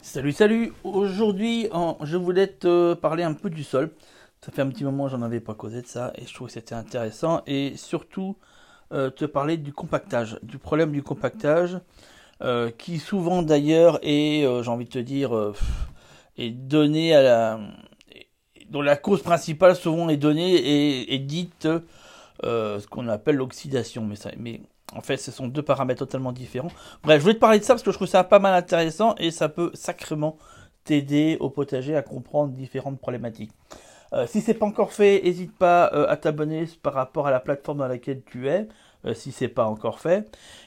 Salut, salut! Aujourd'hui, je voulais te parler un peu du sol. Ça fait un petit moment que j'en avais pas causé de ça et je trouve que c'était intéressant. Et surtout, te parler du compactage, du problème du compactage, qui souvent d'ailleurs est, j'ai envie de te dire, est donné à la. dont la cause principale souvent est donnée et dite ce qu'on appelle l'oxydation. Mais en fait, ce sont deux paramètres totalement différents. Bref, je voulais te parler de ça parce que je trouve ça pas mal intéressant et ça peut sacrément t'aider au potager à comprendre différentes problématiques. Si c'est pas encore fait, n'hésite pas à t'abonner par rapport à la plateforme dans laquelle tu es, si c'est pas encore fait.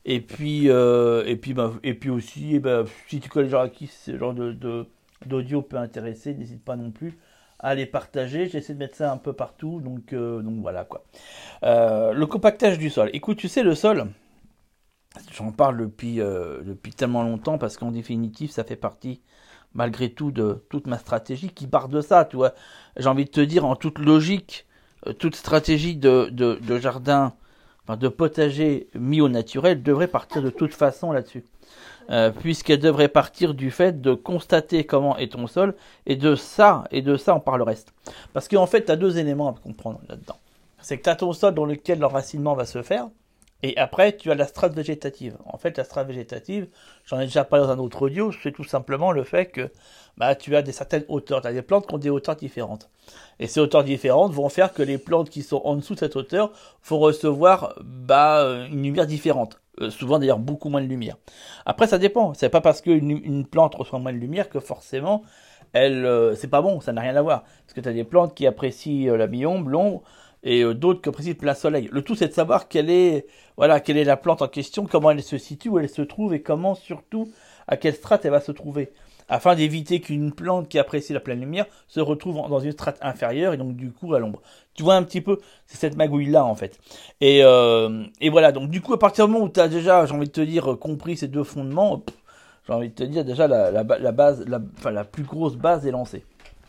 Et puis aussi, si tu connais les gens à qui ce genre d'audio peut intéresser, n'hésite pas non plus à les partager. J'essaie de mettre ça un peu partout, donc voilà quoi. Le compactage du sol. Écoute, tu sais, le sol, j'en parle depuis tellement longtemps parce qu'en définitive, ça fait partie, malgré tout, de toute ma stratégie qui part de ça, tu vois. J'ai envie de te dire, en toute logique, toute stratégie de jardin, enfin de potager mis au naturel devrait partir de toute façon là-dessus. Puisqu'elle devrait partir du fait de constater comment est ton sol, et de ça on parle le reste. Parce qu'en fait, tu as deux éléments à comprendre là-dedans. C'est que tu as ton sol dans lequel l'enracinement va se faire, et après, tu as la strate végétative. En fait, la strate végétative, j'en ai déjà parlé dans un autre audio, c'est tout simplement le fait que tu as des certaines hauteurs. Tu as des plantes qui ont des hauteurs différentes. Et ces hauteurs différentes vont faire que les plantes qui sont en dessous de cette hauteur vont recevoir une lumière différente. Souvent d'ailleurs beaucoup moins de lumière. Après, ça dépend. C'est pas parce qu'une plante reçoit moins de lumière que forcément, c'est pas bon, ça n'a rien à voir. Parce que tu as des plantes qui apprécient la mi-ombre, l'ombre, et d'autres qui apprécient le plein soleil. Le tout, c'est de savoir quelle est la plante en question, comment elle se situe, où elle se trouve, et comment surtout, à quelle strate elle va se trouver. Afin d'éviter qu'une plante qui apprécie la pleine lumière se retrouve dans une strate inférieure, et donc du coup à l'ombre. Tu vois un petit peu, c'est cette magouille-là en fait. Et voilà, donc du coup, à partir du moment où tu as déjà, j'ai envie de te dire, compris ces deux fondements, j'ai envie de te dire déjà la base, la plus grosse base est lancée.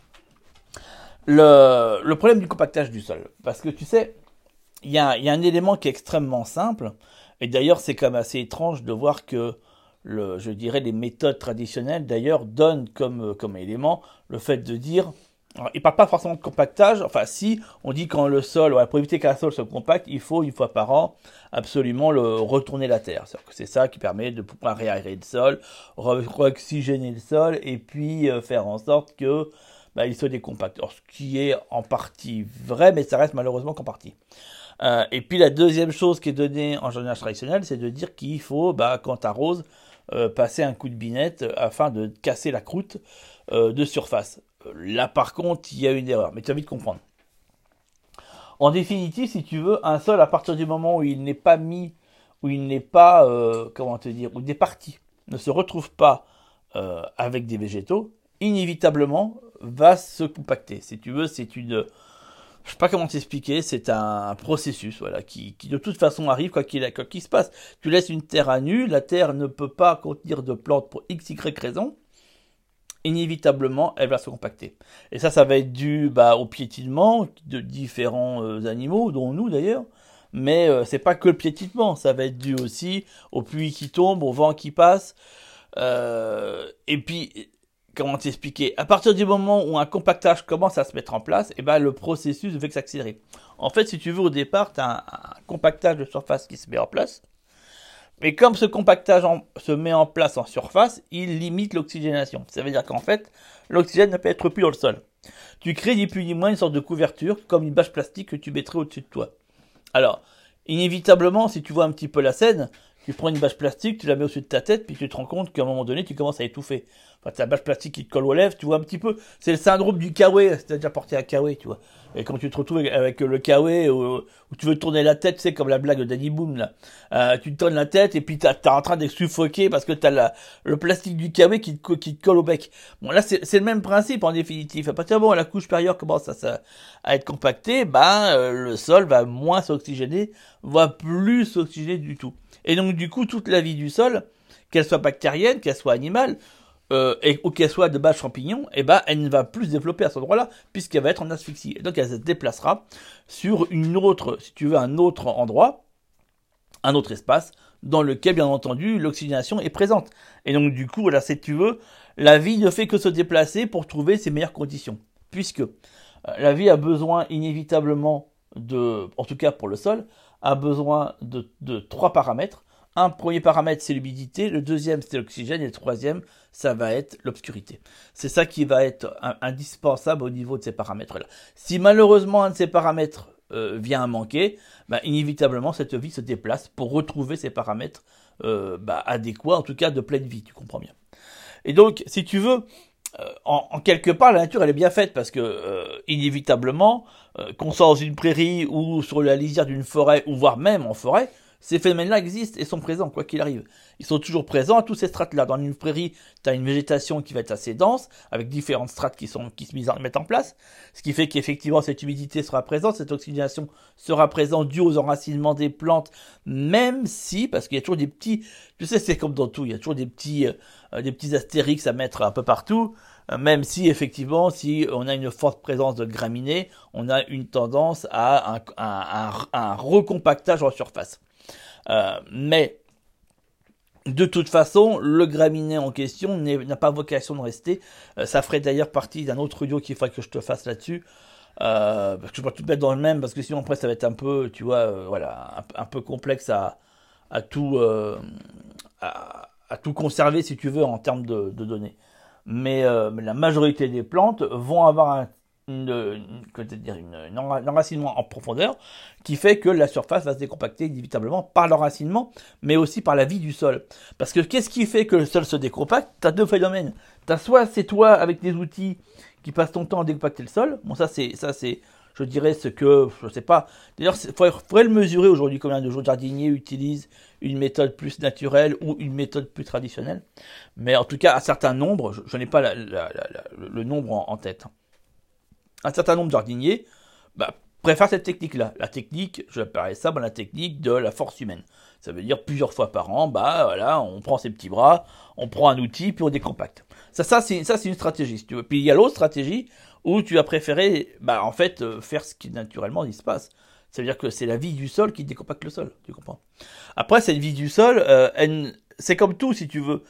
Le problème du compactage du sol. Parce que tu sais, il y a un élément qui est extrêmement simple. Et d'ailleurs, c'est quand même assez étrange de voir que, je dirais, les méthodes traditionnelles, d'ailleurs, donnent comme élément le fait de dire. Alors, ils ne parlent pas forcément de compactage. Enfin, si, on dit quand le sol, pour éviter qu'un sol se compacte, il faut, une fois par an, absolument retourner la terre. C'est ça qui permet de pouvoir réaérer le sol, oxygéner le sol, et puis faire en sorte que il se décompacte. Alors, ce qui est en partie vrai, mais ça reste malheureusement qu'en partie. Et puis la deuxième chose qui est donnée en jardinage traditionnel, c'est de dire qu'il faut, quand tu arroses, passer un coup de binette afin de casser la croûte de surface. Là par contre, il y a une erreur, mais tu as envie de comprendre. En définitive, si tu veux, un sol, à partir du moment où il n'est pas mis, où il n'est pas, comment te dire, où des parties ne se retrouvent pas avec des végétaux, inévitablement va se compacter. Si tu veux, je sais pas comment t'expliquer, c'est un processus, voilà, qui de toute façon arrive quoi qu'il se passe. Tu laisses une terre à nu, la terre ne peut pas contenir de plantes pour x, y raison, inévitablement, elle va se compacter. Et ça va être dû au piétinement de différents animaux, dont nous d'ailleurs, mais c'est pas que le piétinement, ça va être dû aussi aux pluies qui tombent, au vent qui passe, et puis comment t'expliquer? À partir du moment où un compactage commence à se mettre en place, le processus ne fait que s'accélérer. En fait, si tu veux, au départ, tu as un compactage de surface qui se met en place. Mais comme ce compactage se met en place en surface, il limite l'oxygénation. Ça veut dire qu'en fait, l'oxygène ne peut être plus dans le sol. Tu crées ni plus ni moins une sorte de couverture, comme une bâche plastique que tu mettrais au-dessus de toi. Alors, inévitablement, si tu vois un petit peu la scène, tu prends une bâche plastique, tu la mets au-dessus de ta tête, puis tu te rends compte qu'à un moment donné, tu commences à étouffer. Enfin, ta bâche plastique qui te colle aux lèvres, tu vois un petit peu. C'est le syndrome du kawaii, si t'as déjà porté un kawaii, tu vois. Et quand tu te retrouves avec le kawaii, où tu veux tourner la tête, c'est comme la blague de Danny Boom, là. Tu te tournes la tête, et puis t'es en train de suffoquer parce que t'as le plastique du kawaii qui te colle au bec. Bon, là, c'est le même principe, en définitive. À partir du moment où la couche supérieure commence à être compactée, le sol va moins s'oxygéner, va plus s'oxygéner du tout. Et donc, du coup, toute la vie du sol, qu'elle soit bactérienne, qu'elle soit animale, ou qu'elle soit de base champignon, elle ne va plus se développer à cet endroit-là, puisqu'elle va être en asphyxie. Et donc, elle se déplacera sur une autre, si tu veux, un autre endroit, un autre espace, dans lequel, bien entendu, l'oxygénation est présente. Et donc, du coup, là, si tu veux, la vie ne fait que se déplacer pour trouver ses meilleures conditions. Puisque la vie a besoin inévitablement en tout cas pour le sol, a besoin de 3 paramètres. Un premier paramètre, c'est l'humidité, le deuxième, c'est l'oxygène, et le troisième, ça va être l'obscurité. C'est ça qui va être indispensable au niveau de ces paramètres-là. Si malheureusement un de ces paramètres vient à manquer, inévitablement cette vie se déplace pour retrouver ces paramètres adéquats, en tout cas de pleine vie, tu comprends bien. Et donc, si tu veux, en quelque part, la nature, elle est bien faite parce que, inévitablement, qu'on soit dans une prairie ou sur la lisière d'une forêt, ou voire même en forêt, ces phénomènes-là existent et sont présents, quoi qu'il arrive. Ils sont toujours présents à tous ces strates-là. Dans une prairie, tu as une végétation qui va être assez dense, avec différentes strates qui se mettent en place, ce qui fait qu'effectivement, cette humidité sera présente, cette oxygénation sera présente due aux enracinements des plantes, même si, parce qu'il y a toujours des petits, tu sais, c'est comme dans tout, il y a toujours des petits astérix à mettre un peu partout, même si, effectivement, si on a une forte présence de graminées, on a une tendance à un recompactage en surface. Mais de toute façon, le graminé en question n'a pas vocation de rester. Ça ferait d'ailleurs partie d'un autre audio qu'il faudrait que je te fasse là-dessus. Parce que je vais tout mettre dans le même, parce que sinon après ça va être un peu, tu vois, un peu complexe à tout conserver si tu veux en termes de données. Mais la majorité des plantes vont avoir un enracinement en profondeur qui fait que la surface va se décompacter inévitablement par l'enracinement, mais aussi par la vie du sol. Parce que qu'est-ce qui fait que le sol se décompacte? Tu as 2 phénomènes. Tu as soit c'est toi avec des outils qui passent ton temps à décompacter le sol. Bon, ça c'est je dirais ce que, je sais pas. D'ailleurs, faudrait le mesurer aujourd'hui combien de jardiniers utilisent une méthode plus naturelle ou une méthode plus traditionnelle. Mais en tout cas, un certain nombre, je n'ai pas le nombre en tête. Un certain nombre de jardiniers préfèrent cette technique-là. La technique, je l'appellerais ça la technique de la force humaine. Ça veut dire plusieurs fois par an, on prend ses petits bras, on prend un outil, puis on décompacte. Ça c'est une stratégie, si tu veux. Puis il y a l'autre stratégie où tu as préféré, faire ce qui naturellement il se passe. Ça veut dire que c'est la vie du sol qui décompacte le sol, tu comprends. Après, cette vie du sol, c'est comme tout, si tu veux.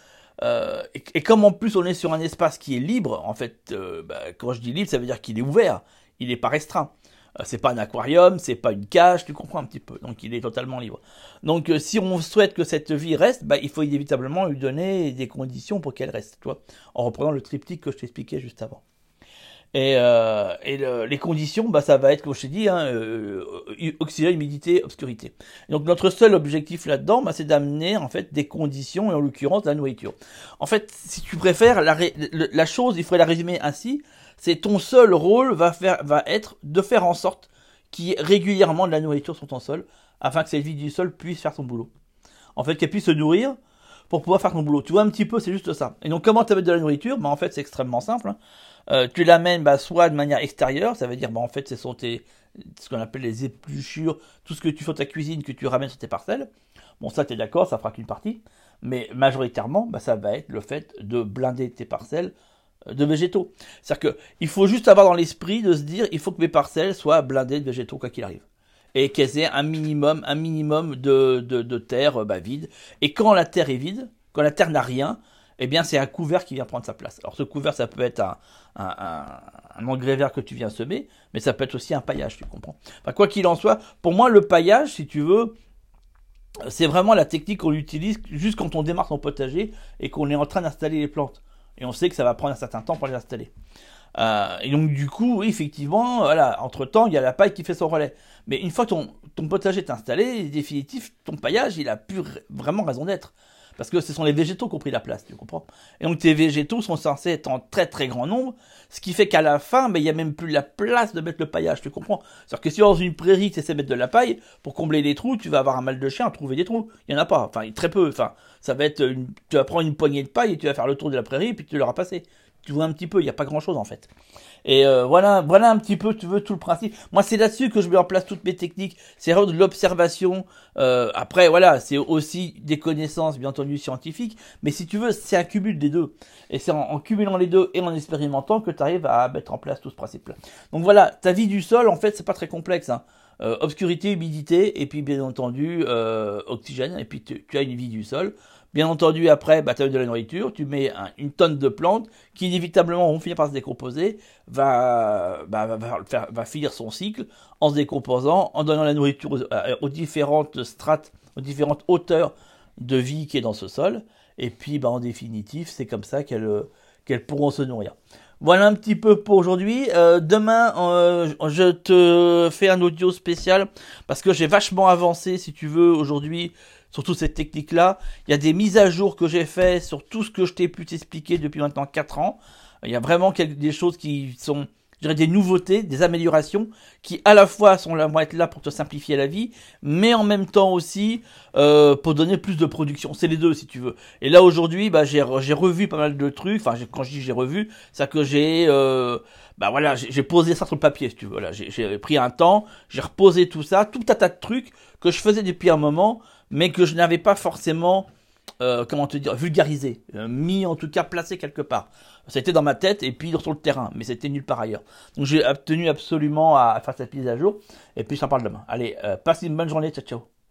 Et comme en plus on est sur un espace qui est libre, en fait, quand je dis libre, ça veut dire qu'il est ouvert, il n'est pas restreint. C'est pas un aquarium, c'est pas une cage, tu comprends un petit peu. Donc il est totalement libre. Donc si on souhaite que cette vie reste, il faut inévitablement lui donner des conditions pour qu'elle reste, tu vois, en reprenant le triptyque que je t'expliquais juste avant. Et les conditions, ça va être, comme je t'ai dit, oxygène, humidité, obscurité. Donc notre seul objectif là-dedans, c'est d'amener en fait des conditions, et en l'occurrence la nourriture. En fait, si tu préfères, la chose, il faudrait la résumer ainsi, c'est ton seul rôle va être de faire en sorte qu'il y ait régulièrement de la nourriture sur ton sol, afin que cette vie du sol puisse faire son boulot. En fait, qu'elle puisse se nourrir pour pouvoir faire ton boulot. Tu vois un petit peu, c'est juste ça. Et donc comment tu amènes de la nourriture? En fait, c'est extrêmement simple. Tu l'amènes soit de manière extérieure, ça veut dire en fait ce sont ce qu'on appelle les épluchures, tout ce que tu fais dans ta cuisine que tu ramènes sur tes parcelles. Bon, ça tu es d'accord, ça fera qu'une partie, mais majoritairement ça va être le fait de blinder tes parcelles de végétaux. C'est-à-dire que il faut juste avoir dans l'esprit de se dire il faut que mes parcelles soient blindées de végétaux quoi qu'il arrive. Et qu'elles aient un minimum de terre vide. Et quand la terre est vide, quand la terre n'a rien, eh bien c'est un couvert qui vient prendre sa place. Alors ce couvert, ça peut être un engrais vert que tu viens semer, mais ça peut être aussi un paillage, tu comprends. Quoi qu'il en soit, pour moi le paillage, si tu veux, c'est vraiment la technique qu'on utilise juste quand on démarre son potager et qu'on est en train d'installer les plantes. Et on sait que ça va prendre un certain temps pour les installer. Et donc du coup, oui, effectivement, entre temps, il y a la paille qui fait son relais. Mais une fois que ton potager est installé, définitif, ton paillage, il a plus vraiment raison d'être. Parce que ce sont les végétaux qui ont pris la place, tu comprends? Et donc tes végétaux sont censés être en très très grand nombre, ce qui fait qu'à la fin, il n'y a même plus la place de mettre le paillage, tu comprends? C'est-à-dire que si dans une prairie, tu essaies de mettre de la paille, pour combler les trous, tu vas avoir un mal de chien à trouver des trous. Il n'y en a pas, très peu. Ça va être, tu vas prendre une poignée de paille et tu vas faire le tour de la prairie, puis tu l'auras passé. Tu vois un petit peu, il n'y a pas grand-chose en fait. Et voilà un petit peu, tu veux, tout le principe. Moi, c'est là-dessus que je mets en place toutes mes techniques. C'est vraiment de l'observation. Après, c'est aussi des connaissances, bien entendu, scientifiques. Mais si tu veux, c'est un cumul des deux. Et c'est en cumulant les deux et en expérimentant que tu arrives à mettre en place tout ce principe-là. Donc voilà, ta vie du sol, en fait, c'est pas très complexe. obscurité, humidité, et puis bien entendu oxygène, et puis tu as une vie du sol. Bien entendu, après, bah, tu as de la nourriture, tu mets une tonne de plantes qui inévitablement vont finir par se décomposer, va finir son cycle en se décomposant, en donnant la nourriture aux différentes strates, aux différentes hauteurs de vie qui est dans ce sol. Et puis, bah, en définitive, c'est comme ça qu'elles pourront se nourrir. Voilà un petit peu pour aujourd'hui. Demain, je te fais un audio spécial parce que j'ai vachement avancé, si tu veux, aujourd'hui sur toute cette technique-là. Il y a des mises à jour que j'ai fait sur tout ce que je t'ai pu t'expliquer depuis maintenant 4 ans. Il y a vraiment des choses qui sont, je dirais, des nouveautés, des améliorations qui à la fois vont être là pour te simplifier la vie, mais en même temps aussi pour donner plus de production. C'est les deux, si tu veux. Et là aujourd'hui, bah, j'ai revu pas mal de trucs. Enfin, quand je dis j'ai revu, c'est que j'ai posé ça sur le papier, si tu veux. Voilà, j'ai pris un temps, j'ai reposé tout ça, tout un tas de trucs que je faisais depuis un moment, mais que je n'avais pas forcément, vulgarisé, mis en tout cas placé quelque part. C'était dans ma tête et puis sur le terrain, mais c'était nulle part ailleurs. Donc j'ai tenu absolument à faire cette mise à jour, et puis je t'en parle demain. Allez, passe une bonne journée, ciao ciao.